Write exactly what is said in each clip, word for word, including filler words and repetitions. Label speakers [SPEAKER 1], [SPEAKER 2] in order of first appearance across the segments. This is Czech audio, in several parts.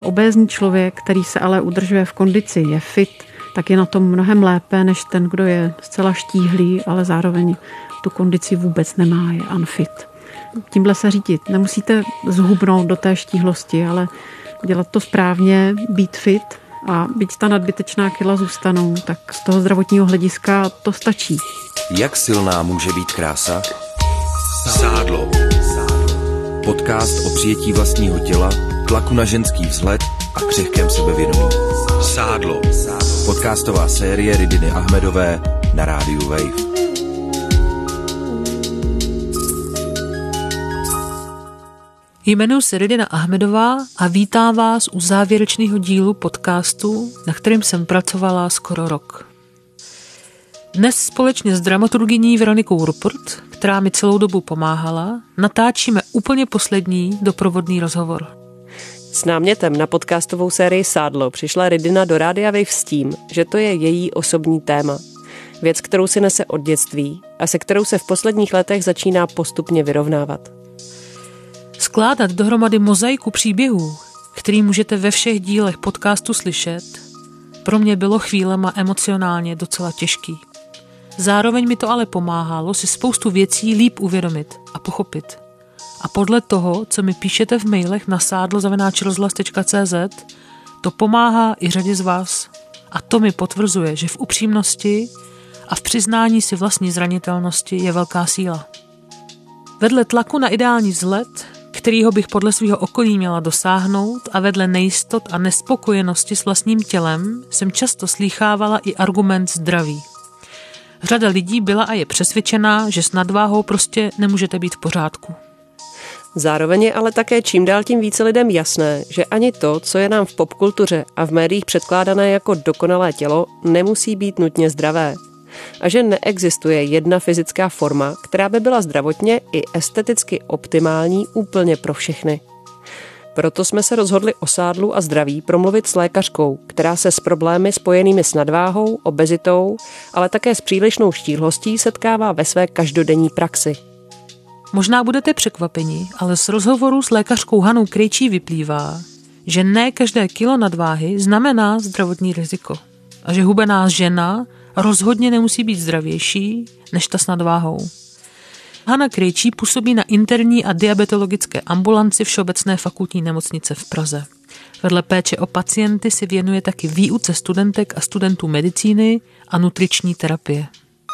[SPEAKER 1] Obézní člověk, který se ale udržuje v kondici, je fit, tak je na tom mnohem lépe, než ten, kdo je zcela štíhlý, ale zároveň tu kondici vůbec nemá, je unfit. Tímhle se řídit. Nemusíte zhubnout do té štíhlosti, ale dělat to správně, být fit a byť ta nadbytečná kila zůstanou, tak z toho zdravotního hlediska to stačí.
[SPEAKER 2] Jak silná může být krása? Sádlo. Podcast o přijetí vlastního těla, tlaku na ženský vzhled a křehkém sebevědomí. Sádlo. Podcastová série Ridiny Ahmedové na rádiu Wave.
[SPEAKER 3] Jmenuji se Ridina Ahmedová a vítám vás u závěrečného dílu podcastu, na kterém jsem pracovala skoro rok. Dnes společně s dramaturgyní Veronikou Ruppert, která mi celou dobu pomáhala, natáčíme úplně poslední doprovodný rozhovor.
[SPEAKER 4] S námětem na podcastovou sérii Sádlo přišla Ridina do Rádia Wave s tím, že to je její osobní téma. Věc, kterou si nese od dětství a se kterou se v posledních letech začíná postupně vyrovnávat.
[SPEAKER 3] Skládat dohromady mozaiku příběhů, který můžete ve všech dílech podcastu slyšet, pro mě bylo chvílema emocionálně docela těžký. Zároveň mi to ale pomáhalo si spoustu věcí líp uvědomit a pochopit. A podle toho, co mi píšete v mailech na sádlo zavináč rozhlas tečka cé zet, to pomáhá i řadě z vás. A to mi potvrzuje, že v upřímnosti a v přiznání si vlastní zranitelnosti je velká síla. Vedle tlaku na ideální vzhled, kterýho bych podle svého okolí měla dosáhnout, a vedle nejistot a nespokojenosti s vlastním tělem jsem často slýchávala i argument zdraví. Řada lidí byla a je přesvědčená, že s nadváhou prostě nemůžete být v pořádku.
[SPEAKER 4] Zároveň je ale také čím dál tím více lidem jasné, že ani to, co je nám v popkultuře a v médiích předkládané jako dokonalé tělo, nemusí být nutně zdravé. A že neexistuje jedna fyzická forma, která by byla zdravotně i esteticky optimální úplně pro všechny. Proto jsme se rozhodli o sádlu a zdraví promluvit s lékařkou, která se s problémy spojenými s nadváhou, obezitou, ale také s přílišnou štíhlostí setkává ve své každodenní praxi.
[SPEAKER 3] Možná budete překvapeni, ale z rozhovoru s lékařkou Hanou Krejčí vyplývá, že ne každé kilo nadváhy znamená zdravotní riziko a že hubená žena rozhodně nemusí být zdravější než ta s nadváhou. Hana Krejčí působí na interní a diabetologické ambulanci Všeobecné fakultní nemocnice v Praze. Vedle péče o pacienty si věnuje taky výuce studentek a studentů medicíny a nutriční terapie.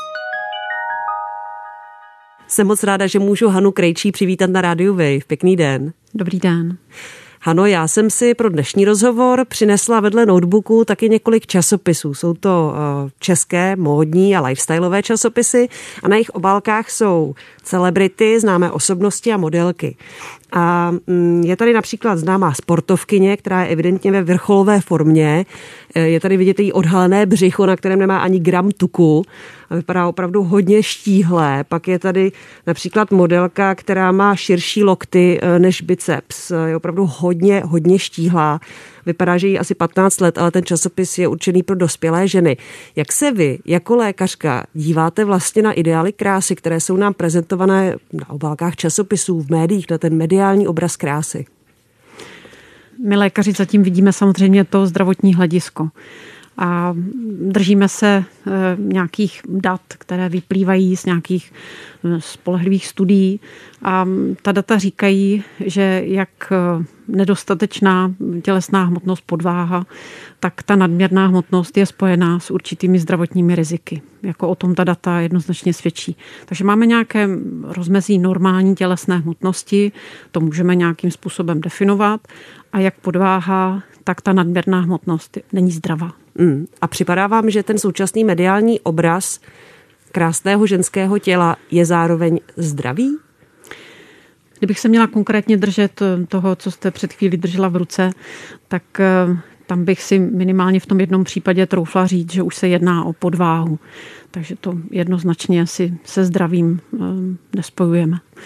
[SPEAKER 4] Jsem moc ráda, že můžu Hanu Krejčí přivítat na rádiu Wave. Pěkný den.
[SPEAKER 1] Dobrý den.
[SPEAKER 4] Hano, já jsem si pro dnešní rozhovor přinesla vedle notebooku taky několik časopisů. Jsou to české, módní a lifestyleové časopisy a na jejich obálkách jsou celebrity, známé osobnosti a modelky. A je tady například známá sportovkyně, která je evidentně ve vrcholové formě. Je tady vidět její odhalené břicho, na kterém nemá ani gram tuku. A vypadá opravdu hodně štíhlé. Pak je tady například modelka, která má širší lokty než biceps. Je opravdu hodně, hodně štíhlá. Vypadá, že jí asi patnáct let, ale ten časopis je určený pro dospělé ženy. Jak se vy, jako lékařka, díváte vlastně na ideály krásy, které jsou nám prezentované na obálkách časopisů, v médiích, na ten mediální obraz krásy?
[SPEAKER 1] My lékaři zatím vidíme samozřejmě to zdravotní hledisko. A držíme se nějakých dat, které vyplývají z nějakých spolehlivých studií. A ta data říkají, že jak nedostatečná tělesná hmotnost, podváha, tak ta nadměrná hmotnost je spojená s určitými zdravotními riziky. Jako o tom ta data jednoznačně svědčí. Takže máme nějaké rozmezí normální tělesné hmotnosti, to můžeme nějakým způsobem definovat. A jak podváha, tak ta nadměrná hmotnost není zdravá.
[SPEAKER 4] Mm. A připadá vám, že ten současný mediální obraz krásného ženského těla je zároveň zdravý?
[SPEAKER 1] Kdybych se měla konkrétně držet toho, co jste před chvílí držela v ruce, tak tam bych si minimálně v tom jednom případě troufla říct, že už se jedná o podváhu. Takže to jednoznačně si se zdravím nespojujeme.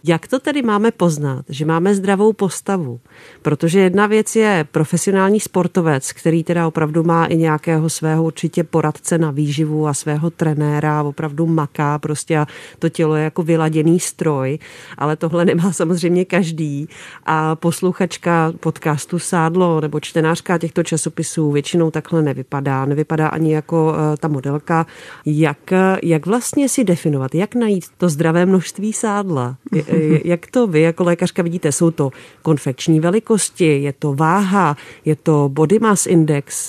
[SPEAKER 4] Jak to tedy máme poznat, že máme zdravou postavu? Protože jedna věc je profesionální sportovec, který teda opravdu má i nějakého svého určitě poradce na výživu a svého trenéra, opravdu maká prostě a to tělo je jako vyladěný stroj, ale tohle nemá samozřejmě každý. A posluchačka podcastu Sádlo nebo čtenářka těchto časopisů většinou takhle nevypadá. Nevypadá ani jako ta modelka. Jak, jak vlastně si definovat, jak najít to zdravé množství sádla? Jak to vy jako lékařka vidíte? Jsou to konfekční velikosti, je to váha, je to body mass index?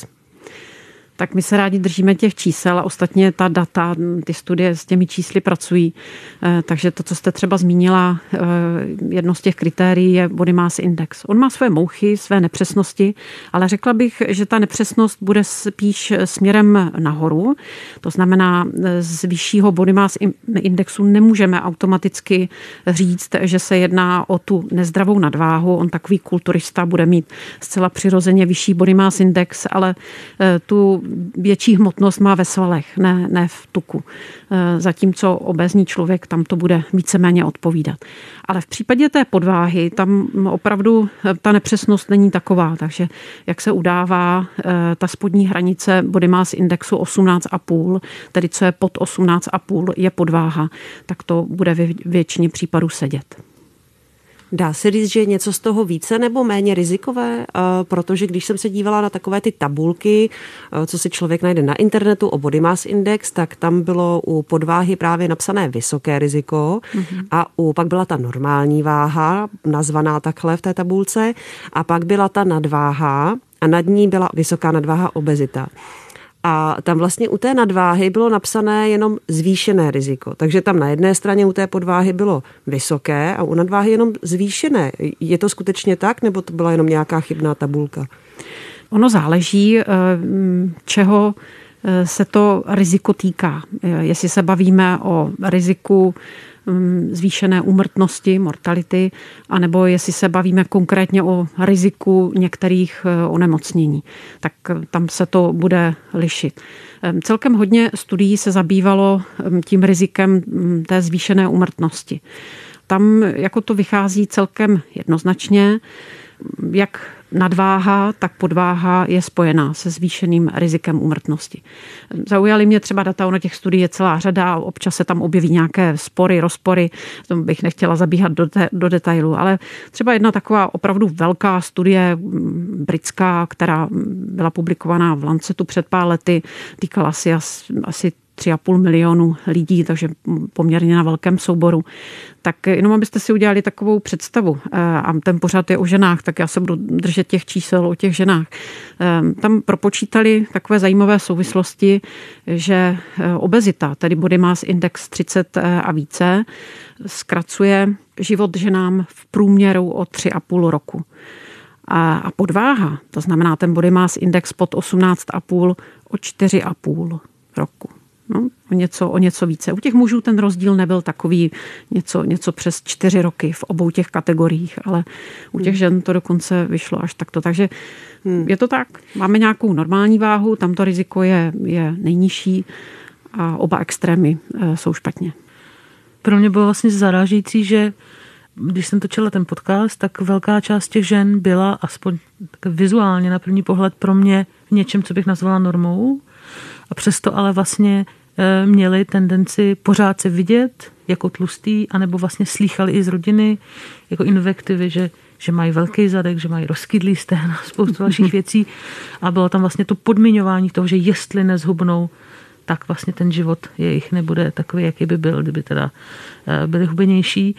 [SPEAKER 1] Tak my se rádi držíme těch čísel a ostatně ta data, ty studie s těmi čísly pracují. Takže to, co jste třeba zmínila, jedno z těch kritérií je body mass index. On má své mouchy, své nepřesnosti, ale řekla bych, že ta nepřesnost bude spíš směrem nahoru. To znamená, z vyššího body mass indexu nemůžeme automaticky říct, že se jedná o tu nezdravou nadváhu. On takový kulturista bude mít zcela přirozeně vyšší body mass index, ale tu větší hmotnost má ve svalech, ne, ne v tuku. Zatímco obézní člověk, tam to bude víceméně odpovídat. Ale v případě té podváhy, tam opravdu ta nepřesnost není taková, takže jak se udává ta spodní hranice body mass indexu osmnáct celá pět, tedy co je pod osmnáct celá pět je podváha, tak to bude ve většině případů sedět.
[SPEAKER 4] Dá se říct, že je něco z toho více nebo méně rizikové, protože když jsem se dívala na takové ty tabulky, co si člověk najde na internetu o body mass index, tak tam bylo u podváhy právě napsané vysoké riziko mm-hmm. a u, pak byla ta normální váha, nazvaná takhle v té tabulce, a pak byla ta nadváha a nad ní byla vysoká nadváha obezita. A tam vlastně u té nadváhy bylo napsané jenom zvýšené riziko. Takže tam na jedné straně u té podváhy bylo vysoké a u nadváhy jenom zvýšené. Je to skutečně tak, nebo to byla jenom nějaká chybná tabulka?
[SPEAKER 1] Ono záleží, čeho se to riziko týká. Jestli se bavíme o riziku zvýšené úmrtnosti, mortality, anebo jestli se bavíme konkrétně o riziku některých onemocnění, tak tam se to bude lišit. Celkem hodně studií se zabývalo tím rizikem té zvýšené úmrtnosti. Tam jako to vychází celkem jednoznačně, jak nadváha, tak podváha je spojená se zvýšeným rizikem úmrtnosti. Zaujaly mě třeba data, ono těch studií je celá řada, občas se tam objeví nějaké spory, rozpory, to bych nechtěla zabíhat do, te, do detailu, ale třeba jedna taková opravdu velká studie britská, která byla publikovaná v Lancetu před pár lety, týkala si asi tři a půl milionu lidí, takže poměrně na velkém souboru. Tak jenom abyste si udělali takovou představu, a ten pořad je o ženách, tak já se budu držet těch čísel o těch ženách. Tam propočítali takové zajímavé souvislosti, že obezita, tedy body mass index třicet a více, zkracuje život ženám v průměru o tři a půl roku. A podváha, to znamená ten body mass index pod osmnáct celá pět o čtyři a půl roku. No, o něco, o něco více. U těch mužů ten rozdíl nebyl takový něco, něco přes čtyři roky v obou těch kategoriích, ale u těch žen to dokonce vyšlo až takto. Takže hmm. je to tak. Máme nějakou normální váhu, tam to riziko je, je nejnižší a oba extrémy jsou špatně.
[SPEAKER 3] Pro mě bylo vlastně zarážející, že když jsem točila ten podcast, tak velká část těch žen byla aspoň tak vizuálně na první pohled pro mě v něčem, co bych nazvala normou. A přesto ale vlastně měli tendenci pořád se vidět jako tlustý, anebo vlastně slýchali i z rodiny jako invektivy, že, že mají velký zadek, že mají rozkydlý stehna, spoustu dalších věcí. A bylo tam vlastně to podmiňování toho, že jestli nezhubnou, tak vlastně ten život jejich nebude takový, jaký by byl, kdyby teda byli hubenější.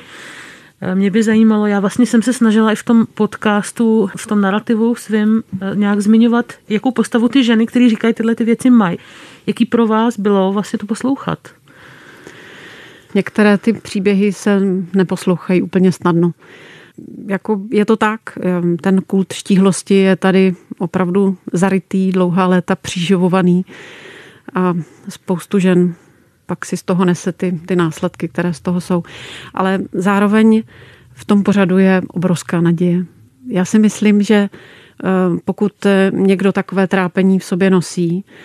[SPEAKER 3] Mě by zajímalo, já vlastně jsem se snažila i v tom podcastu, v tom narrativu svým nějak zmiňovat, jakou postavu ty ženy, které říkají tyhle ty věci, mají. Jaký pro vás bylo vlastně to poslouchat?
[SPEAKER 1] Některé ty příběhy se neposlouchají úplně snadno. Jako je to tak, ten kult štíhlosti je tady opravdu zarytý, dlouhá léta přiživovaný a spoustu žen pak si z toho nese ty, ty následky, které z toho jsou. Ale zároveň v tom pořadu je obrovská naděje. Já si myslím, že pokud někdo takové trápení v sobě nosí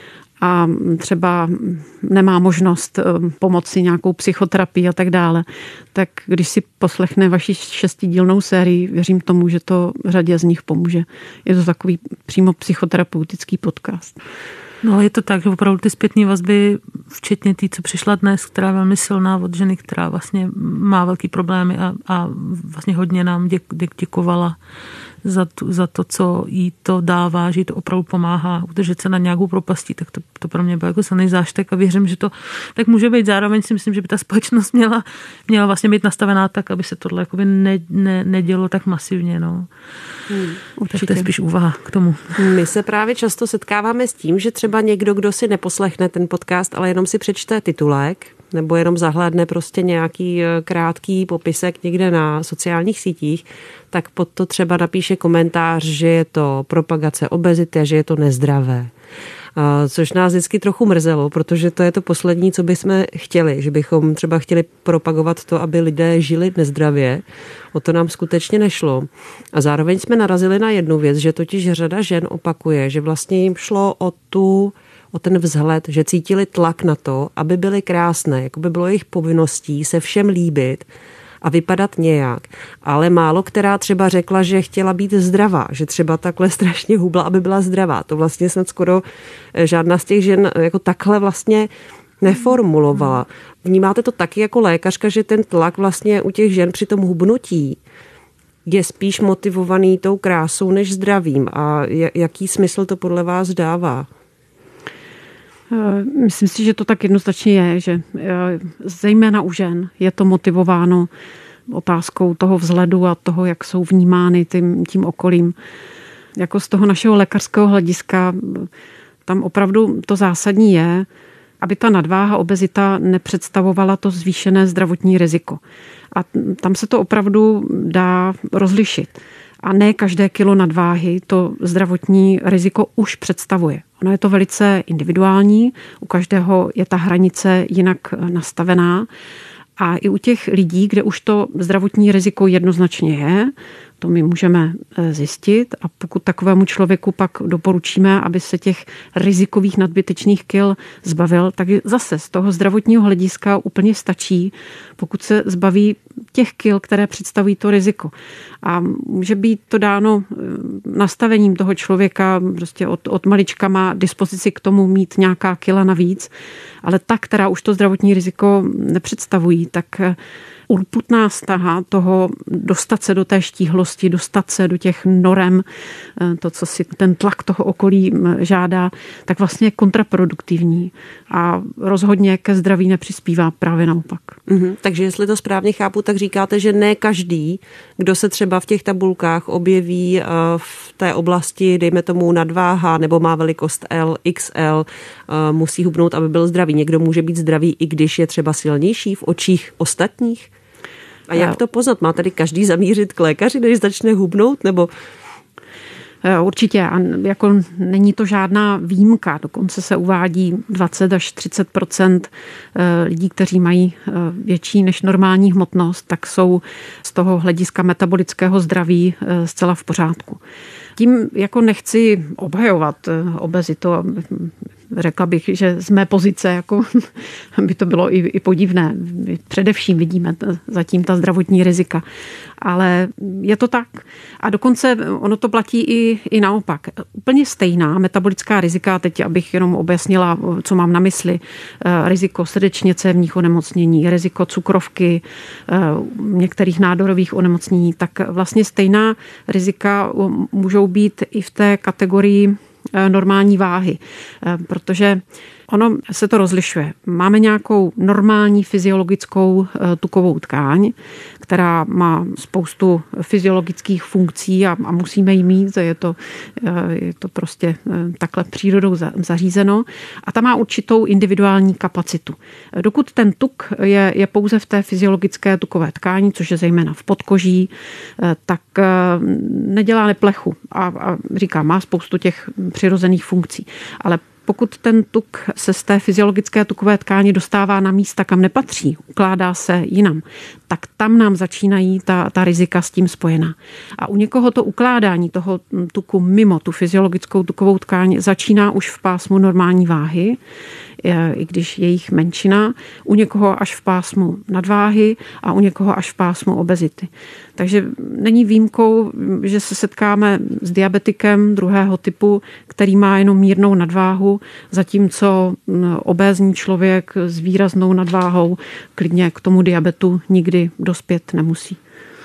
[SPEAKER 1] a třeba nemá možnost pomoci nějakou psychoterapii a tak dále, tak když si poslechne vaši šestidílnou sérii, věřím tomu, že to řadě z nich pomůže. Je to takový přímo psychoterapeutický podcast.
[SPEAKER 3] No, je to tak, že opravdu ty zpětné vazby, včetně té, co přišla dnes, která je velmi silná od ženy, která vlastně má velký problémy a, a vlastně hodně nám děk, děk, děkovala za, tu, za to, co jí to dává, že jí to opravdu pomáhá udržet se na nějakou propastí, tak to, to pro mě byl jako silný zážitek a věřím, že to tak může být. Zároveň si myslím, že by ta společnost měla, měla vlastně být nastavená tak, aby se tohle jakoby ne, ne, nedělo tak masivně. No. Hmm, určitě. Tak to je spíš úvaha k tomu.
[SPEAKER 4] My se právě často setkáváme s tím, že třeba někdo, kdo si neposlechne ten podcast, ale jenom si přečte titulek, nebo jenom zahlédne prostě nějaký krátký popisek někde na sociálních sítích, tak pod to třeba napíše komentář, že je to propagace obezity a že je to nezdravé. Což nás vždycky trochu mrzelo, protože to je to poslední, co bychom chtěli, že bychom třeba chtěli propagovat to, aby lidé žili nezdravě. O to nám skutečně nešlo. A zároveň jsme narazili na jednu věc, že totiž řada žen opakuje, že vlastně jim šlo o tu o ten vzhled, že cítili tlak na to, aby byly krásné, jako by bylo jejich povinností se všem líbit a vypadat nějak. Ale málo která třeba řekla, že chtěla být zdravá, že třeba takhle strašně hubla, aby byla zdravá. To vlastně snad skoro žádná z těch žen jako takhle vlastně neformulovala. Vnímáte to taky jako lékařka, že ten tlak vlastně u těch žen při tom hubnutí je spíš motivovaný tou krásou než zdravím? A jaký smysl to podle vás dává?
[SPEAKER 1] Myslím si, že to tak jednoznačně je, že zejména u žen je to motivováno otázkou toho vzhledu a toho, jak jsou vnímány tím, tím okolím. Jako z toho našeho lékařského hlediska tam opravdu to zásadní je, aby ta nadváha, obezita nepředstavovala to zvýšené zdravotní riziko. A tam se to opravdu dá rozlišit. A ne každé kilo nadváhy to zdravotní riziko už představuje. Ono je to velice individuální, u každého je ta hranice jinak nastavená. A i u těch lidí, kde už to zdravotní riziko jednoznačně je, to my můžeme zjistit a pokud takovému člověku pak doporučíme, aby se těch rizikových nadbytečných kil zbavil, tak zase z toho zdravotního hlediska úplně stačí, pokud se zbaví těch kil, které představují to riziko. A může být to dáno nastavením toho člověka, prostě od, od malička má dispozici k tomu mít nějaká kila navíc, ale ta, která už to zdravotní riziko nepředstavují, tak urputná snaha toho dostat se do té štíhlosti, dostat se do těch norem, to, co si ten tlak toho okolí žádá, tak vlastně je kontraproduktivní a rozhodně ke zdraví nepřispívá, právě naopak.
[SPEAKER 4] Mm-hmm. Takže jestli to správně chápu, tak říkáte, že ne každý, kdo se třeba v těch tabulkách objeví v té oblasti, dejme tomu nadváha nebo má velikost L, X L, musí hubnout, aby byl zdravý. Někdo může být zdravý, i když je třeba silnější v očích ostatních? A jak to poznat? Má tady každý zamířit k lékaři, než začne hubnout? Nebo...
[SPEAKER 1] Určitě. A jako není to žádná výjimka. Dokonce se uvádí dvacet až třicet procent lidí, kteří mají větší než normální hmotnost, tak jsou z toho hlediska metabolického zdraví zcela v pořádku. Tím jako nechci obhajovat obezitu. Řekla bych, že z mé pozice jako by to bylo i, i podivné. My především vidíme t, zatím ta zdravotní rizika. Ale je to tak. A dokonce ono to platí i, i naopak. Úplně stejná metabolická rizika, teď abych jenom objasnila, co mám na mysli. Riziko srdečně cévních onemocnění, riziko cukrovky, některých nádorových onemocnění, tak vlastně stejná rizika můžou být i v té kategorii normální váhy, protože ono se to rozlišuje. Máme nějakou normální fyziologickou tukovou tkáň, která má spoustu fyziologických funkcí a, a musíme ji mít, je to, je to prostě takhle přírodou zařízeno a ta má určitou individuální kapacitu. Dokud ten tuk je, je pouze v té fyziologické tukové tkáni, což je zejména v podkoží, tak nedělá neplechu a, a říká, má spoustu těch přirozených funkcí. Ale pokud ten tuk se z té fyziologické tukové tkáně dostává na místa, kam nepatří, ukládá se jinam, tak tam nám začínají ta, ta rizika s tím spojená. A u někoho to ukládání toho tuku mimo tu fyziologickou tukovou tkáň začíná už v pásmu normální váhy, i když je jich menšina, u někoho až v pásmu nadváhy a u někoho až v pásmu obezity. Takže není výjimkou, že se setkáme s diabetikem druhého typu, který má jenom mírnou nadváhu, zatímco obézní člověk s výraznou nadváhou klidně k tomu diabetu nikdy dospět nemusí.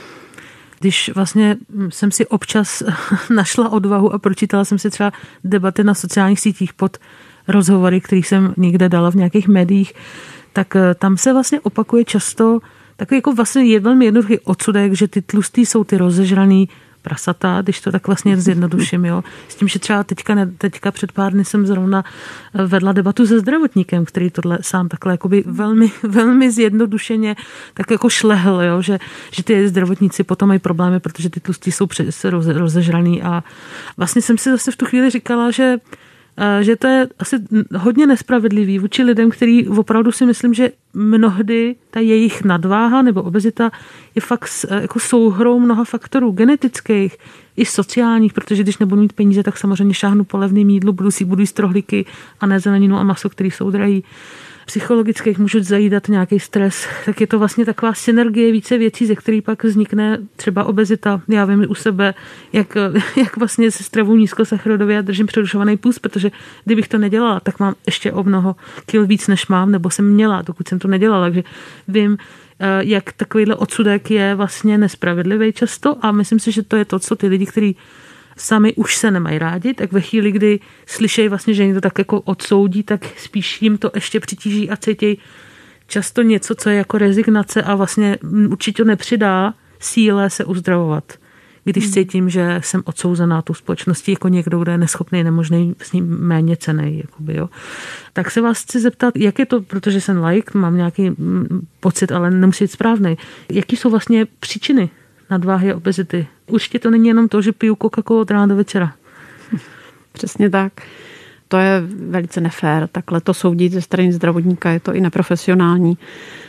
[SPEAKER 3] Když vlastně jsem si občas našla odvahu a pročítala jsem si třeba debaty na sociálních sítích pod rozhovory, který jsem někde dala v nějakých médiích, tak tam se vlastně opakuje často takový jako vlastně je velmi jednoduchý odsudek, že ty tlustý jsou ty rozežraný prasata, když to tak vlastně zjednoduším, jo. S tím, že třeba teďka, ne, teďka před pár dny jsem zrovna vedla debatu se zdravotníkem, který tohle sám takhle jakoby velmi, velmi zjednodušeně tak jako šlehl, jo, že, že ty zdravotníci potom mají problémy, protože ty tlustí jsou přes, roze, rozežraný a vlastně jsem si zase v tu chvíli říkala, že že to je asi hodně nespravedlivý vůči lidem, který opravdu si myslím, že mnohdy ta jejich nadváha nebo obezita je fakt jako souhrou mnoha faktorů genetických i sociálních, protože když nebudu mít peníze, tak samozřejmě šáhnu po levném jídlu, budu si budu jíst rohlíky a ne zeleninu a maso, který jsou drahý. Psychologických můžu zajídat nějaký stres, tak je to vlastně taková synergie více věcí, ze kterých pak vznikne třeba obezita. Já vím u sebe, jak, jak vlastně se stravou nízkosacharidově já držím přerušovaný puls, protože kdybych to nedělala, tak mám ještě o mnoho kil víc, než mám, nebo jsem měla, dokud jsem to nedělala. Takže vím, jak takovýhle odsudek je vlastně nespravedlivý často a myslím si, že to je to, co ty lidi, kteří sami už se nemají rádi, tak ve chvíli, kdy slyšejí vlastně, že někdo tak jako odsoudí, tak spíš jim to ještě přitíží a cítějí často něco, co je jako rezignace a vlastně určitě nepřidá síle se uzdravovat. Když hmm. cítím, že jsem odsouzená tou společností jako někdo, kdo je neschopný, nemožný, s ním méně cenný. Jakoby, jo. Tak se vás chci zeptat, jak je to, protože jsem laik, mám nějaký pocit, ale nemusí být správný. Jaký jsou vlastně příčiny nadváhy a obezity? Určitě to není jenom to, že piju Coca-Colu od rána do večera.
[SPEAKER 1] Přesně tak. To je velice nefér. Takhle to soudit ze strany zdravotníka, je to i neprofesionální.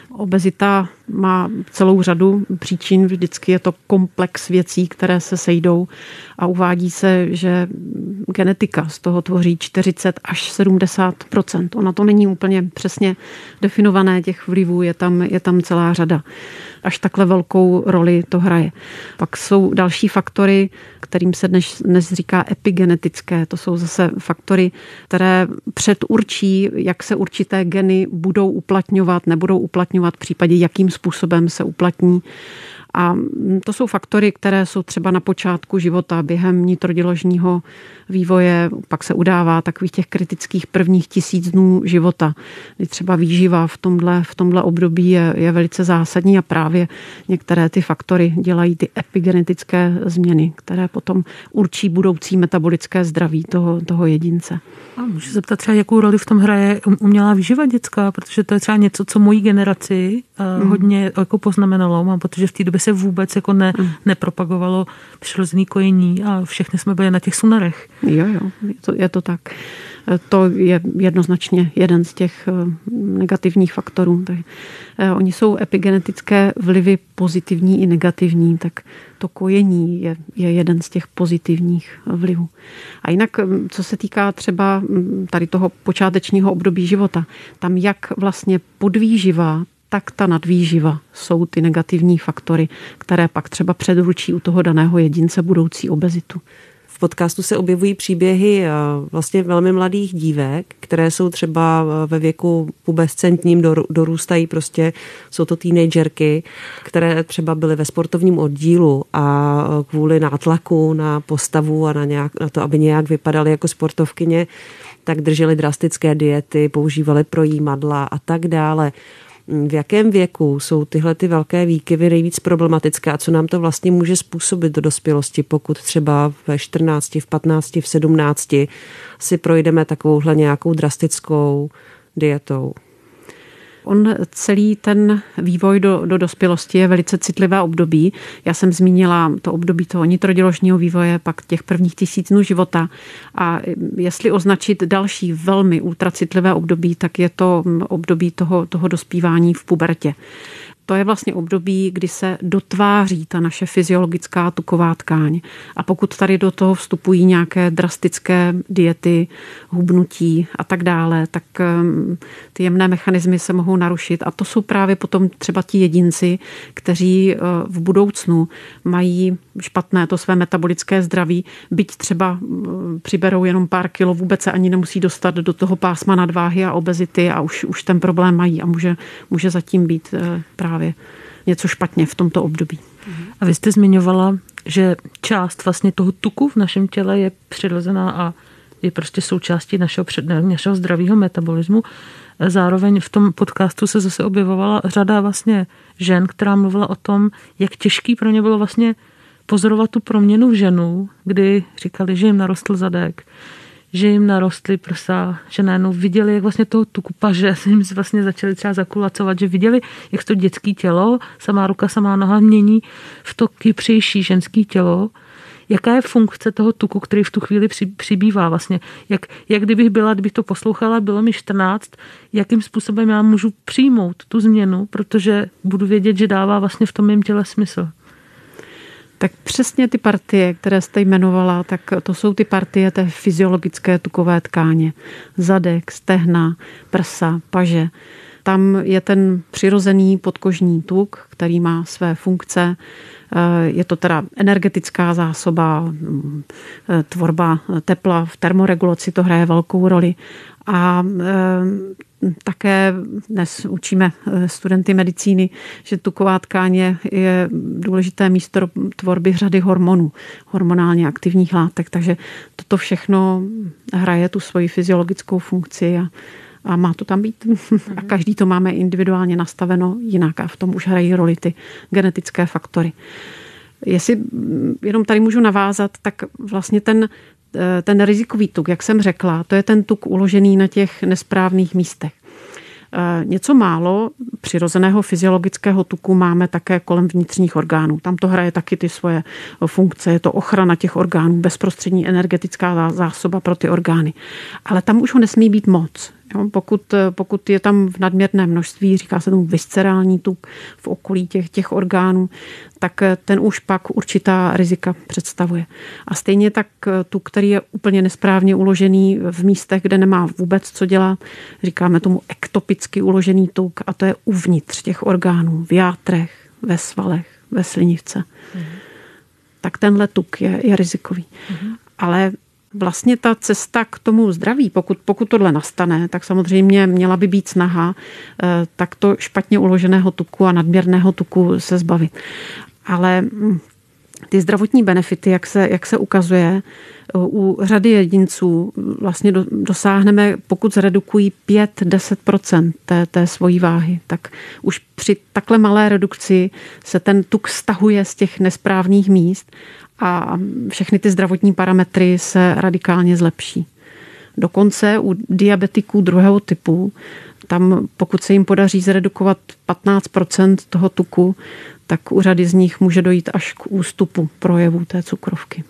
[SPEAKER 1] Obezita má celou řadu příčin, vždycky je to komplex věcí, které se sejdou a uvádí se, že genetika z toho tvoří čtyřicet až sedmdesát procent. Ona to není úplně přesně definované, těch vlivů je tam, je tam celá řada. Až takhle velkou roli to hraje. Pak jsou další faktory, kterým se dnes, dnes říká epigenetické. To jsou zase faktory, které předurčí, jak se určité geny budou uplatňovat, nebudou uplatňovat, v případě jakým způsobem se uplatní. A to jsou faktory, které jsou třeba na počátku života, během nitrodiložního vývoje, pak se udává takových těch kritických prvních tisíc dnů života, kdy třeba výživa v tomhle, v tomhle období je, je velice zásadní a právě některé ty faktory dělají ty epigenetické změny, které potom určí budoucí metabolické zdraví toho, toho jedince.
[SPEAKER 3] A můžu se zeptat třeba, jakou roli v tom hraje umělá výživa dětská, protože to je třeba něco, co mojí generaci mm. hodně jako poznamenalo, mám, protože v té době se vůbec jako ne, mm. nepropagovalo přirozené kojení a všechny jsme byli na těch sunarech.
[SPEAKER 1] Jo, jo, je to, je to tak. To je jednoznačně jeden z těch negativních faktorů. Tak, eh, oni jsou epigenetické vlivy pozitivní i negativní, tak to kojení je, je jeden z těch pozitivních vlivů. A jinak, co se týká třeba tady toho počátečního období života, tam jak vlastně podvýživa, tak ta nadvýživa jsou ty negativní faktory, které pak třeba předručí u toho daného jedince budoucí obezitu.
[SPEAKER 4] V podcastu se objevují příběhy vlastně velmi mladých dívek, které jsou třeba ve věku pubescentním, dorůstají prostě, jsou to teenagerky, které třeba byly ve sportovním oddílu a kvůli nátlaku na postavu a na, nějak, na to, aby nějak vypadaly jako sportovkyně, tak držely drastické diety, používaly projímadla a tak dále. V jakém věku jsou tyhle ty velké výkyvy nejvíc problematické a co nám to vlastně může způsobit do dospělosti, pokud třeba ve čtrnácti, v patnácti, v sedmnácti si projdeme takovouhle nějakou drastickou dietou?
[SPEAKER 1] on celý ten vývoj do, do dospělosti je velice citlivé období. Já jsem zmínila to období toho nitroděložního vývoje, pak těch prvních tisíc dnů života. A jestli označit další velmi ultracitlivé období, tak je to období toho, toho dospívání v pubertě. To je vlastně období, kdy se dotváří ta naše fyziologická tuková tkáň. A pokud tady do toho vstupují nějaké drastické diety, hubnutí a tak dále, tak ty jemné mechanismy se mohou narušit. A to jsou právě potom třeba ti jedinci, kteří v budoucnu mají špatné to své metabolické zdraví, byť třeba přiberou jenom pár kilo, vůbec se ani nemusí dostat do toho pásma nadváhy a obezity a už, už ten problém mají a může, může zatím být právě něco špatně v tomto období.
[SPEAKER 3] A vy jste zmiňovala, že část vlastně toho tuku v našem těle je přirozená a je prostě součástí našeho, našeho zdravého metabolismu. Zároveň v tom podcastu se zase objevovala řada vlastně žen, která mluvila o tom, jak těžký pro ně bylo vlastně pozorovat tu proměnu v ženu, kdy říkali, že jim narostl zadek, že jim narostly prsa, že najednou viděli, jak vlastně toho tuku paže, se jim vlastně začali třeba zakulacovat, že viděli, jak to dětské tělo, samá ruka, samá noha mění v to kypřejší ženské tělo. Jaká je funkce toho tuku, který v tu chvíli přibývá vlastně? Jak, jak kdybych byla, kdybych to poslouchala, bylo mi čtrnáct, jakým způsobem já můžu přijmout tu změnu, protože budu vědět, že dává vlastně v tom mém těle smysl.
[SPEAKER 1] Tak přesně ty partie, které jste jmenovala, tak to jsou ty partie té fyziologické tukové tkáně. Zadek, stehna, prsa, paže. Tam je ten přirozený podkožní tuk, který má své funkce. Je to teda energetická zásoba, tvorba tepla, v termoregulaci to hraje velkou roli. A také dnes učíme studenty medicíny, že tuková tkáň je důležité místo tvorby řady hormonů, hormonálně aktivních látek, takže toto všechno hraje tu svoji fyziologickou funkci a, a má to tam být. A každý to máme individuálně nastaveno jinak a v tom už hrají roli ty genetické faktory. Jestli jenom tady můžu navázat, tak vlastně ten ten rizikový tuk, jak jsem řekla, to je ten tuk uložený na těch nesprávných místech. Něco málo přirozeného fyziologického tuku máme také kolem vnitřních orgánů. Tam to hraje taky ty svoje funkce. Je to ochrana těch orgánů, bezprostřední energetická zásoba pro ty orgány. Ale tam už ho nesmí být moc. Jo, pokud, pokud je tam v nadměrné množství, říká se tomu viscerální tuk v okolí těch, těch orgánů, tak ten už pak určitá rizika představuje. A stejně tak tuk, který je úplně nesprávně uložený v místech, kde nemá vůbec co dělat, říkáme tomu ektopicky uložený tuk a to je uvnitř těch orgánů, v játrech, ve svalech, ve slinivce. Mhm. Tak tenhle tuk je, je rizikový. Mhm. Ale vlastně ta cesta k tomu zdraví, pokud, pokud tohle nastane, tak samozřejmě měla by být snaha takto špatně uloženého tuku a nadměrného tuku se zbavit. Ale ty zdravotní benefity, jak se, jak se ukazuje, u řady jedinců vlastně do, dosáhneme, pokud zredukují pět až deset procent té, té svojí váhy, tak už při takhle malé redukci se ten tuk stahuje z těch nesprávných míst a všechny ty zdravotní parametry se radikálně zlepší. Dokonce u diabetiků druhého typu, tam pokud se jim podaří zredukovat patnáct procent toho tuku, tak u řady z nich může dojít až k ústupu projevů té cukrovky.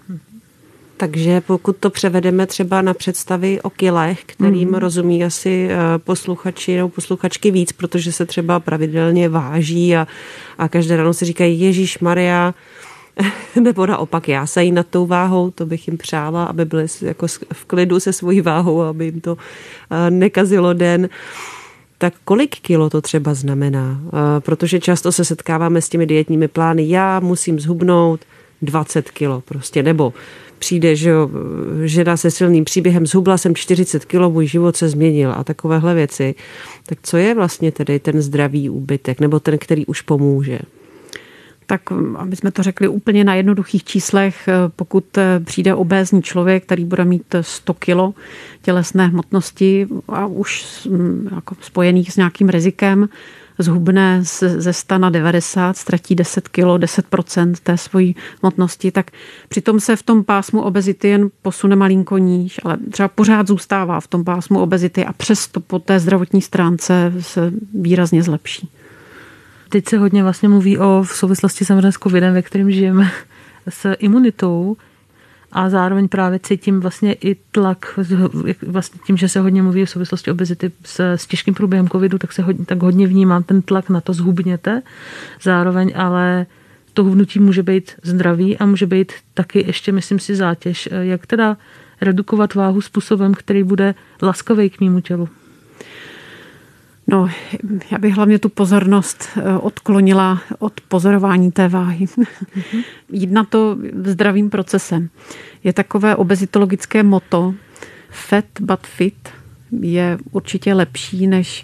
[SPEAKER 4] Takže pokud to převedeme třeba na představy o kilech, kterým mm. rozumí asi posluchači nebo posluchačky víc, protože se třeba pravidelně váží a, a každé ráno si říkají Ježíšmarja, nebo naopak jásají nad tou váhou, to bych jim přála, aby byli jako v klidu se svojí váhou, aby jim to nekazilo den. Tak kolik kilo to třeba znamená? Protože často se setkáváme s těmi dietními plány, já musím zhubnout dvacet kilo prostě, nebo přijde, že jo, žena se silným příběhem, zhubla jsem čtyřicet kilo, můj život se změnil a takovéhle věci. Tak co je vlastně tedy ten zdravý úbytek, nebo ten, který už pomůže?
[SPEAKER 1] Tak aby jsme to řekli úplně na jednoduchých číslech, pokud přijde obézní člověk, který bude mít sto kilo tělesné hmotnosti a už jako spojených s nějakým rizikem, zhubne ze sta na devadesát, ztratí deset kilo, deset procent té svojí hmotnosti, tak přitom se v tom pásmu obezity jen posune malinko níž, ale třeba pořád zůstává v tom pásmu obezity a přesto po té zdravotní stránce se výrazně zlepší.
[SPEAKER 3] Teď se hodně vlastně mluví o v souvislosti samozřejmě s covidem, ve kterém žijeme, s imunitou a zároveň právě cítím vlastně i tlak, vlastně tím, že se hodně mluví v souvislosti obezity s, s těžkým průběhem covidu, tak se hodně, tak hodně vnímám ten tlak na to zhubněte. Zároveň ale to hubnutí může být zdravý a může být taky ještě, myslím si, zátěž. Jak teda redukovat váhu způsobem, který bude laskavý k mému tělu?
[SPEAKER 1] No, já bych hlavně tu pozornost odklonila od pozorování té váhy. Mm-hmm. Jít na to zdravým procesem. Je takové obezitologické motto fat but fit je určitě lepší než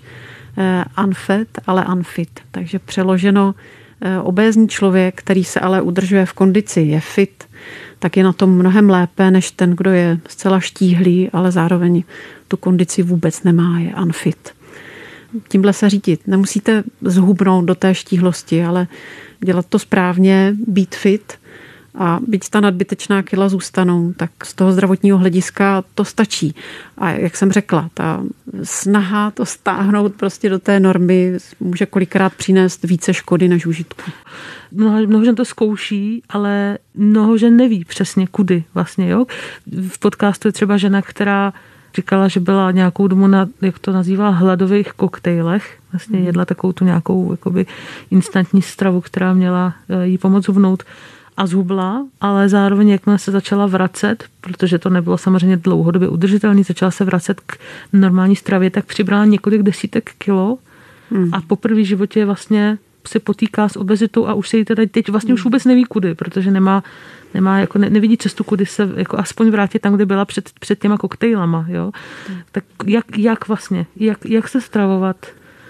[SPEAKER 1] unfat, ale unfit. Takže přeloženo obézní člověk, který se ale udržuje v kondici, je fit, tak je na tom mnohem lépe než ten, kdo je zcela štíhlý, ale zároveň tu kondici vůbec nemá, je unfit. Tímhle se řídit. Nemusíte zhubnout do té štíhlosti, ale dělat to správně, být fit a byť ta nadbytečná kila zůstanou, tak z toho zdravotního hlediska to stačí. A jak jsem řekla, ta snaha to stáhnout prostě do té normy může kolikrát přinést více škody než užitku.
[SPEAKER 3] Mnoho, mnoho žen to zkouší, ale mnoho žen neví přesně kudy vlastně. Jo? V podcastu je třeba žena, která říkala, že byla nějakou dobu na, jak to nazývá, hladových koktejlech. Vlastně jedla takovou tu nějakou jakoby instantní stravu, která měla jí pomoct hubnout a zhubla, ale zároveň jakmile se začala vracet, protože to nebylo samozřejmě dlouhodobě udržitelný, začala se vracet k normální stravě, tak přibrala několik desítek kilo hmm. a poprvé v životě vlastně se potýká s obezitou a už se jí teda teď vlastně hmm. už vůbec neví kudy, protože nemá nemá, jako ne, nevidí cestu, kudy se jako aspoň vrátit tam, kde byla před, před těma koktejlama. Jo? Hmm. Tak jak, jak vlastně? Jak, jak se stravovat?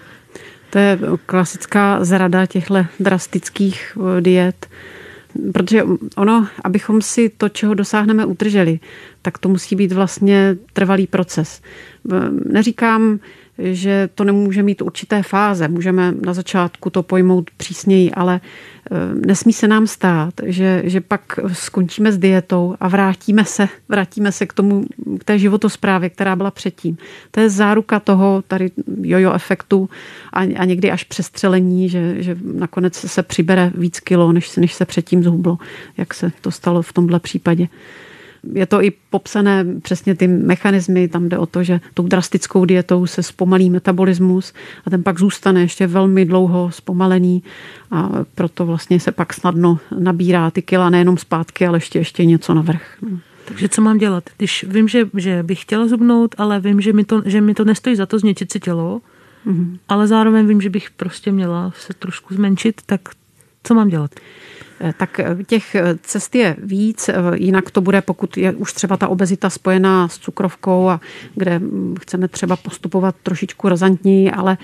[SPEAKER 1] To je klasická zrada těchto drastických diet, protože ono, abychom si to, čeho dosáhneme, udrželi, tak to musí být vlastně trvalý proces. Neříkám, že to nemůže mít určité fáze. Můžeme na začátku to pojmout přísněji, ale nesmí se nám stát, že, že pak skončíme s dietou a vrátíme se, vrátíme se k tomu, k té životosprávě, která byla předtím. To je záruka toho tady jojo efektu a, a někdy až přestřelení, že, že nakonec se přibere víc kilo, než, než se předtím zhublo, jak se to stalo v tomhle případě. Je to i popsané přesně ty mechanismy, tam jde o to, že tou drastickou dietou se zpomalí metabolismus a ten pak zůstane ještě velmi dlouho zpomalený a proto vlastně se pak snadno nabírá ty kila nejenom zpátky, ale ještě, ještě něco navrch.
[SPEAKER 3] Takže co mám dělat? Když vím, že, že bych chtěla zhubnout, ale vím, že mi to, že mi to nestojí za to zničit si tělo, mm-hmm. ale zároveň vím, že bych prostě měla se trošku zmenšit, tak co mám dělat?
[SPEAKER 1] Tak těch cest je víc, jinak to bude, pokud je už třeba ta obezita spojená s cukrovkou a kde chceme třeba postupovat trošičku razantněji, ale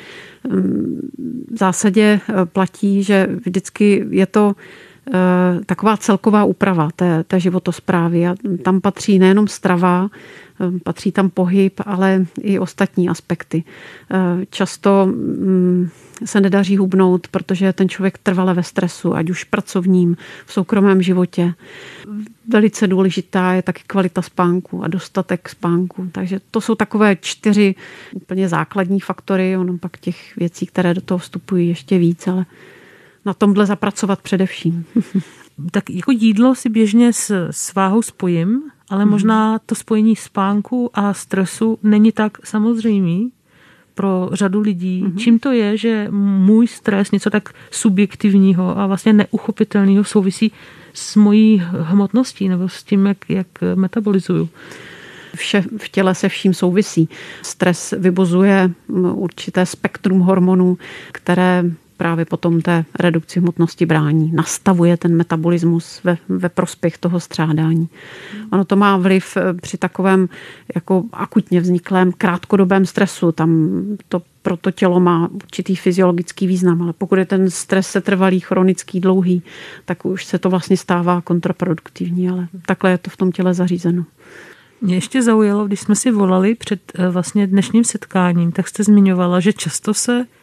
[SPEAKER 1] v zásadě platí, že vždycky je to taková celková úprava té, té životosprávy a tam patří nejenom strava, patří tam pohyb, ale i ostatní aspekty. Často se nedaří hubnout, protože je ten člověk trvale ve stresu, ať už pracovním, v soukromém životě. Velice důležitá je taky kvalita spánku a dostatek spánku. Takže to jsou takové čtyři úplně základní faktory, ono pak těch věcí, které do toho vstupují ještě víc, ale na tomhle zapracovat především.
[SPEAKER 3] Tak jako jídlo si běžně s, s váhou spojím, ale možná to spojení spánku a stresu není tak samozřejmý pro řadu lidí. Mm-hmm. Čím to je, že můj stres, něco tak subjektivního a vlastně neuchopitelného souvisí s mojí hmotností nebo s tím, jak, jak metabolizuju?
[SPEAKER 1] Vše v těle se vším souvisí. Stres vybuzuje určité spektrum hormonů, které právě potom té redukci hmotnosti brání. Nastavuje ten metabolismus ve, ve prospěch toho střádání. Ono to má vliv při takovém jako akutně vzniklém krátkodobém stresu. Tam to pro to tělo má určitý fyziologický význam, ale pokud je ten stres setrvalý, chronický, dlouhý, tak už se to vlastně stává kontraproduktivní, ale takhle je to v tom těle zařízeno.
[SPEAKER 3] Mě ještě zaujalo, když jsme si volali před vlastně dnešním setkáním, tak jste zmiňovala, že často se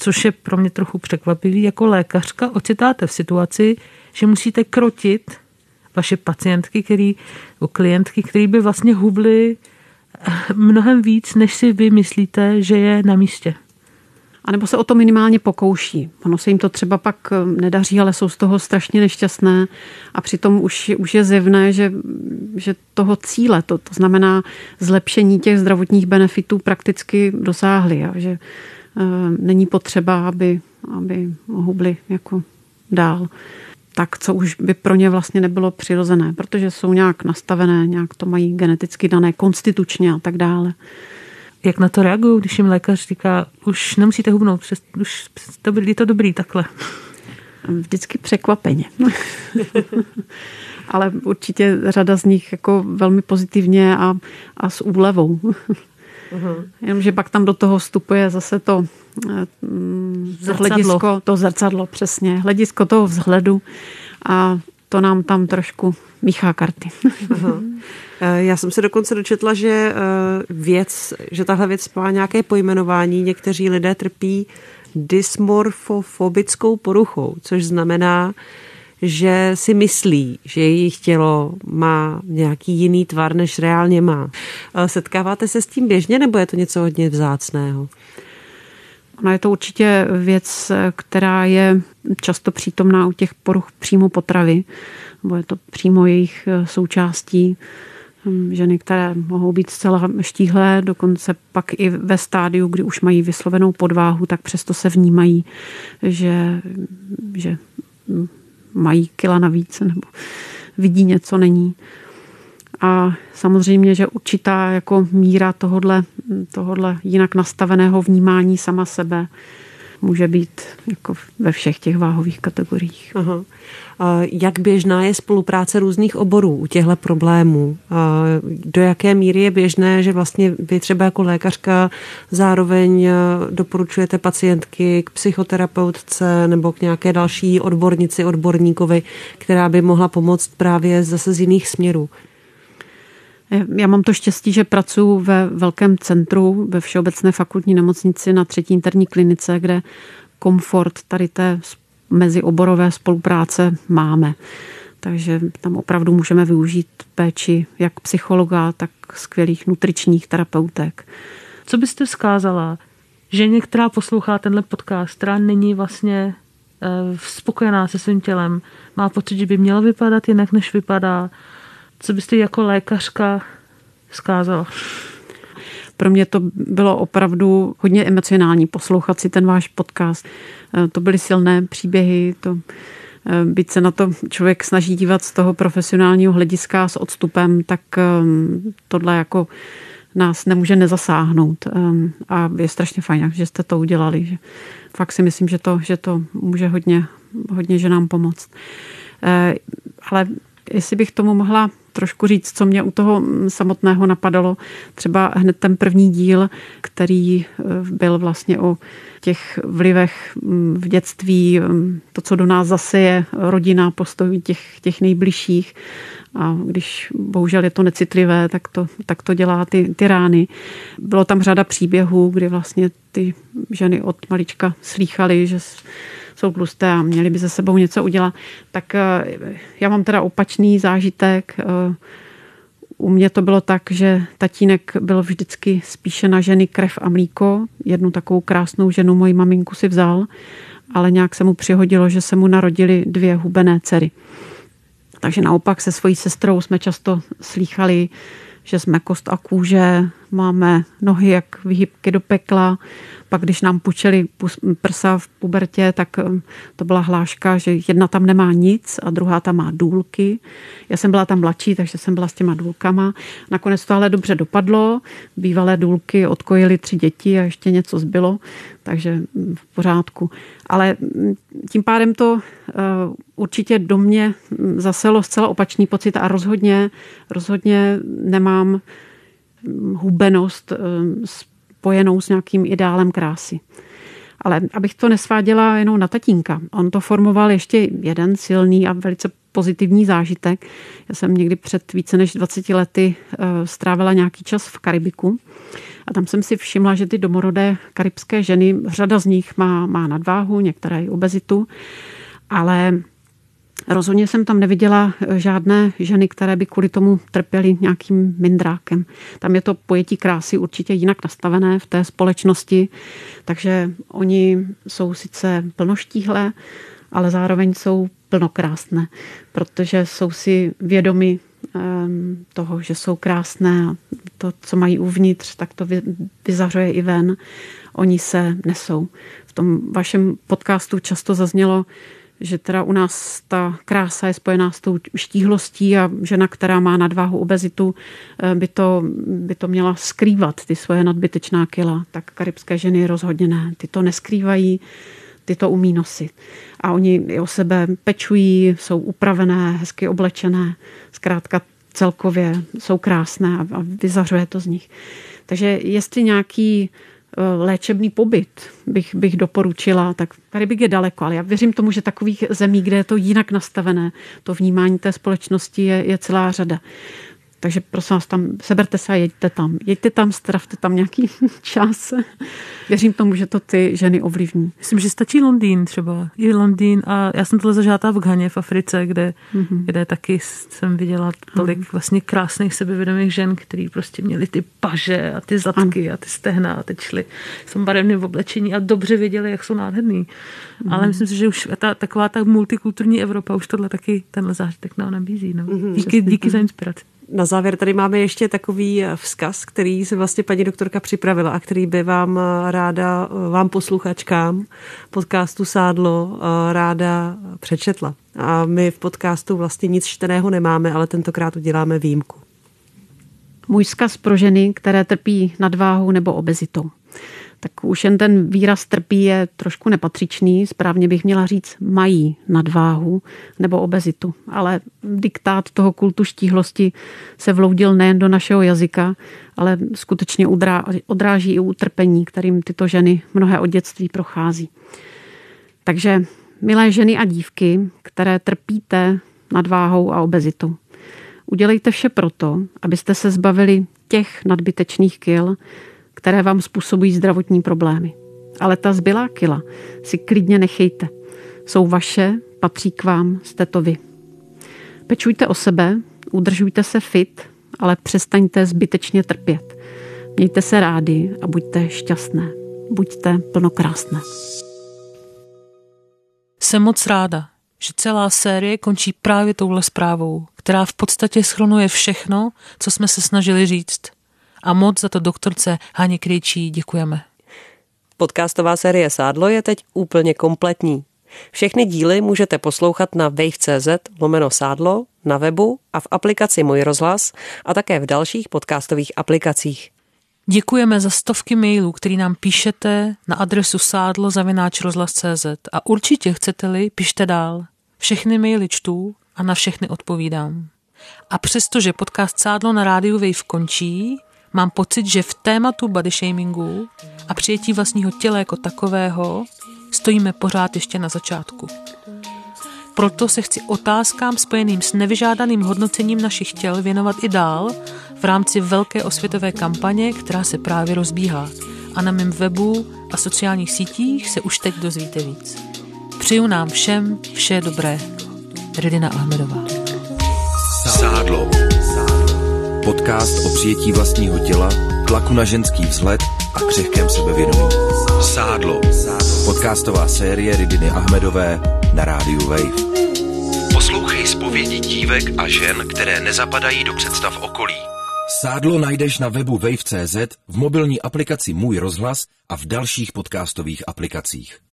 [SPEAKER 3] což je pro mě trochu překvapivý. Jako lékařka ocitáte v situaci, že musíte krotit vaše pacientky, který, o klientky, který by vlastně hubly mnohem víc, než si vy myslíte, že je na místě.
[SPEAKER 1] A nebo se o to minimálně pokouší. Ono se jim to třeba pak nedaří, ale jsou z toho strašně nešťastné a přitom už, už je zjevné, že, že toho cíle, to, to znamená zlepšení těch zdravotních benefitů prakticky dosáhli a že e, není potřeba, aby, aby hubli jako dál. Tak, co už by pro ně vlastně nebylo přirozené, protože jsou nějak nastavené, nějak to mají geneticky dané, konstitučně a tak dále.
[SPEAKER 3] Jak na to reagují, když jim lékař říká, už nemusíte hubnout, už je to dobrý takhle?
[SPEAKER 1] Vždycky překvapeně. Ale určitě řada z nich jako velmi pozitivně a, a s úlevou. Uh-huh. Jenomže pak tam do toho vstupuje zase to zrcadlo. hledisko, to zrcadlo, přesně, hledisko toho vzhledu a to nám tam trošku míchá karty.
[SPEAKER 4] Aha. Já jsem se dokonce dočetla, že věc, že tahle věc má nějaké pojmenování. Někteří lidé trpí dysmorfofobickou poruchou, což znamená, že si myslí, že jejich tělo má nějaký jiný tvar, než reálně má. Setkáváte se s tím běžně, nebo je to něco hodně vzácného?
[SPEAKER 1] No, je to určitě věc, která je často přítomná u těch poruch příjmu potravy, nebo je to přímo jejich součástí. Ženy, které mohou být zcela štíhlé, dokonce pak i ve stádiu, kdy už mají vyslovenou podváhu, tak přesto se vnímají, že, že mají kila navíc nebo vidí něco není. A samozřejmě, že určitá jako míra tohodle, tohodle jinak nastaveného vnímání sama sebe může být jako ve všech těch váhových kategoriích.
[SPEAKER 4] Aha. Jak běžná je spolupráce různých oborů u těchto problémů? Do jaké míry je běžné, že vlastně vy třeba jako lékařka zároveň doporučujete pacientky k psychoterapeutce nebo k nějaké další odbornici, odborníkovi, která by mohla pomoct právě zase z jiných směrů?
[SPEAKER 1] Já mám to štěstí, že pracuji ve velkém centru, ve Všeobecné fakultní nemocnici na třetí interní klinice, kde komfort tady té mezioborové spolupráce máme. Takže tam opravdu můžeme využít péči jak psychologa, tak skvělých nutričních terapeutek.
[SPEAKER 3] Co byste vzkázala, že některá poslouchá tenhle podcast, která není vlastně spokojená se svým tělem, má pocit, že by měla vypadat jinak, než vypadá? Co byste jako lékařka vzkázala?
[SPEAKER 1] Pro mě to bylo opravdu hodně emocionální poslouchat si ten váš podcast. To byly silné příběhy, to, byť se na to člověk snaží dívat z toho profesionálního hlediska s odstupem, tak tohle jako nás nemůže nezasáhnout. A je strašně fajn, že jste to udělali. Že fakt si myslím, že to, že to může hodně, hodně ženám pomoct. Ale jestli bych tomu mohla trošku říct, co mě u toho samotného napadalo, třeba hned ten první díl, který byl vlastně o těch vlivech v dětství, to, co do nás zaseje rodina, postoj těch, těch nejbližších. A když bohužel je to necitlivé, tak to, tak to dělá ty, ty rány. Bylo tam řada příběhů, kdy vlastně ty ženy od malička slýchaly, že jsou tlusté a měli by se sebou něco udělat. Tak já mám teda opačný zážitek. U mě to bylo tak, že tatínek byl vždycky spíše na ženy krev a mlíko. Jednu takovou krásnou ženu, moji maminku, si vzal, ale nějak se mu přihodilo, že se mu narodily dvě hubené dcery. Takže naopak se svojí sestrou jsme často slýchali, že jsme kost a kůže, máme nohy jak vyhybky do pekla. Pak když nám pučeli prsa v pubertě, tak to byla hláška, že jedna tam nemá nic a druhá tam má důlky. Já jsem byla tam mladší, takže jsem byla s těma důlkama. Nakonec to ale dobře dopadlo. Bývalé důlky odkojily tři děti a ještě něco zbylo, takže v pořádku. Ale tím pádem to určitě do mě zaselo zcela opačný pocit a rozhodně, rozhodně nemám hubenost spojenou s nějakým ideálem krásy. Ale abych to nesváděla jenom na tatínka. On to formoval ještě jeden silný a velice pozitivní zážitek. Já jsem někdy před více než dvaceti lety strávila nějaký čas v Karibiku A tam jsem si všimla, že ty domorodé karibské ženy, řada z nich má, má nadváhu, některé i obezitu, ale rozhodně jsem tam neviděla žádné ženy, které by kvůli tomu trpěly nějakým mindrákem. Tam je to pojetí krásy určitě jinak nastavené v té společnosti, takže oni jsou sice plnoštíhlé, ale zároveň jsou plnokrásné, protože jsou si vědomi um, toho, že jsou krásné a to, co mají uvnitř, tak to vyzařuje i ven. Oni se nesou. V tom vašem podcastu často zaznělo, že teda u nás ta krása je spojená s tou štíhlostí a žena, která má nadváhu, obezitu, by to, by to měla skrývat, ty svoje nadbytečná kila. Tak karibské ženy rozhodně ne. Ty to neskrývají, ty to umí nosit. A oni i o sebe pečují, jsou upravené, hezky oblečené, zkrátka celkově jsou krásné a vyzařuje to z nich. Takže jestli nějaký léčebný pobyt bych, bych doporučila, tak Karibik je daleko, ale já věřím tomu, že takových zemí, kde je to jinak nastavené, to vnímání té společnosti je, je celá řada. Takže prosím vás, tam seberte se a jeďte tam. Jeďte tam, stravte tam nějaký čas. Věřím tomu, že to ty ženy ovlivní.
[SPEAKER 3] Myslím, že stačí Londýn třeba. I Londýn a já jsem tohle zažátá v Ghaně v Africe, kde, mm-hmm. kde taky jsem viděla tolik mm. vlastně krásných sebevědomých žen, který prostě měly ty paže a ty zadky ano. a ty stehna a teď šly v tom barevném oblečení a dobře věděli, jak jsou nádherný. Mm. Ale myslím si, že už ta, taková ta multikulturní Evropa už tohle taky tenhle zážitek nám nabízí. No. Mm-hmm. Díky, díky za inspiraci.
[SPEAKER 4] Na závěr tady máme ještě takový vzkaz, který se vlastně paní doktorka připravila a který by vám ráda, vám posluchačkám podcastu Sádlo ráda přečetla. A my v podcastu vlastně nic čteného nemáme, ale tentokrát uděláme výjimku.
[SPEAKER 1] Můj vzkaz pro ženy, které trpí nadváhou nebo obezitou. Tak už jen ten výraz trpí je trošku nepatřičný. Správně bych měla říct mají nadváhu nebo obezitu. Ale diktát toho kultu štíhlosti se vloudil nejen do našeho jazyka, ale skutečně odráží i utrpení, kterým tyto ženy mnohé od dětství prochází. Takže milé ženy a dívky, které trpíte nadváhou a obezitou, udělejte vše proto, abyste se zbavili těch nadbytečných kil, které vám způsobují zdravotní problémy. Ale ta zbylá kila si klidně nechejte. Jsou vaše, patří k vám, jste to vy. Pečujte o sebe, udržujte se fit, ale přestaňte zbytečně trpět. Mějte se rádi a buďte šťastné. Buďte plnokrásné.
[SPEAKER 3] Jsem moc ráda, že celá série končí právě touhle zprávou, která v podstatě shrnuje všechno, co jsme se snažili říct. A moc za to doktorce Haně Krejčí děkujeme.
[SPEAKER 4] Podcastová série Sádlo je teď úplně kompletní. Všechny díly můžete poslouchat na wave tečka cé zet lomeno sádlo, na webu a v aplikaci Můj rozhlas a také v dalších podcastových aplikacích.
[SPEAKER 3] Děkujeme za stovky mailů, který nám píšete na adresu sádlo zavináč rozhlas tečka cé zet a určitě chcete-li, pište dál. Všechny maily čtu a na všechny odpovídám. A přestože podcast Sádlo na rádiu Wave končí, mám pocit, že v tématu body shamingu a přijetí vlastního těla jako takového stojíme pořád ještě na začátku. Proto se chci otázkám spojeným s nevyžádaným hodnocením našich těl věnovat i dál v rámci velké osvětové kampaně, která se právě rozbíhá. A na mém webu a sociálních sítích se už teď dozvíte víc. Přeju nám všem vše dobré. Redina Ahmedová.
[SPEAKER 2] Sádlo. Podcast o přijetí vlastního těla, tlaku na ženský vzhled a křehkém sebevědomí. Sádlo. Podcastová série Rediny Ahmedové na rádiu Wave. Poslouchej zpovědi dívek a žen, které nezapadají do představ okolí. Sádlo najdeš na webu wave tečka cé zet, v mobilní aplikaci Můj rozhlas a v dalších podcastových aplikacích.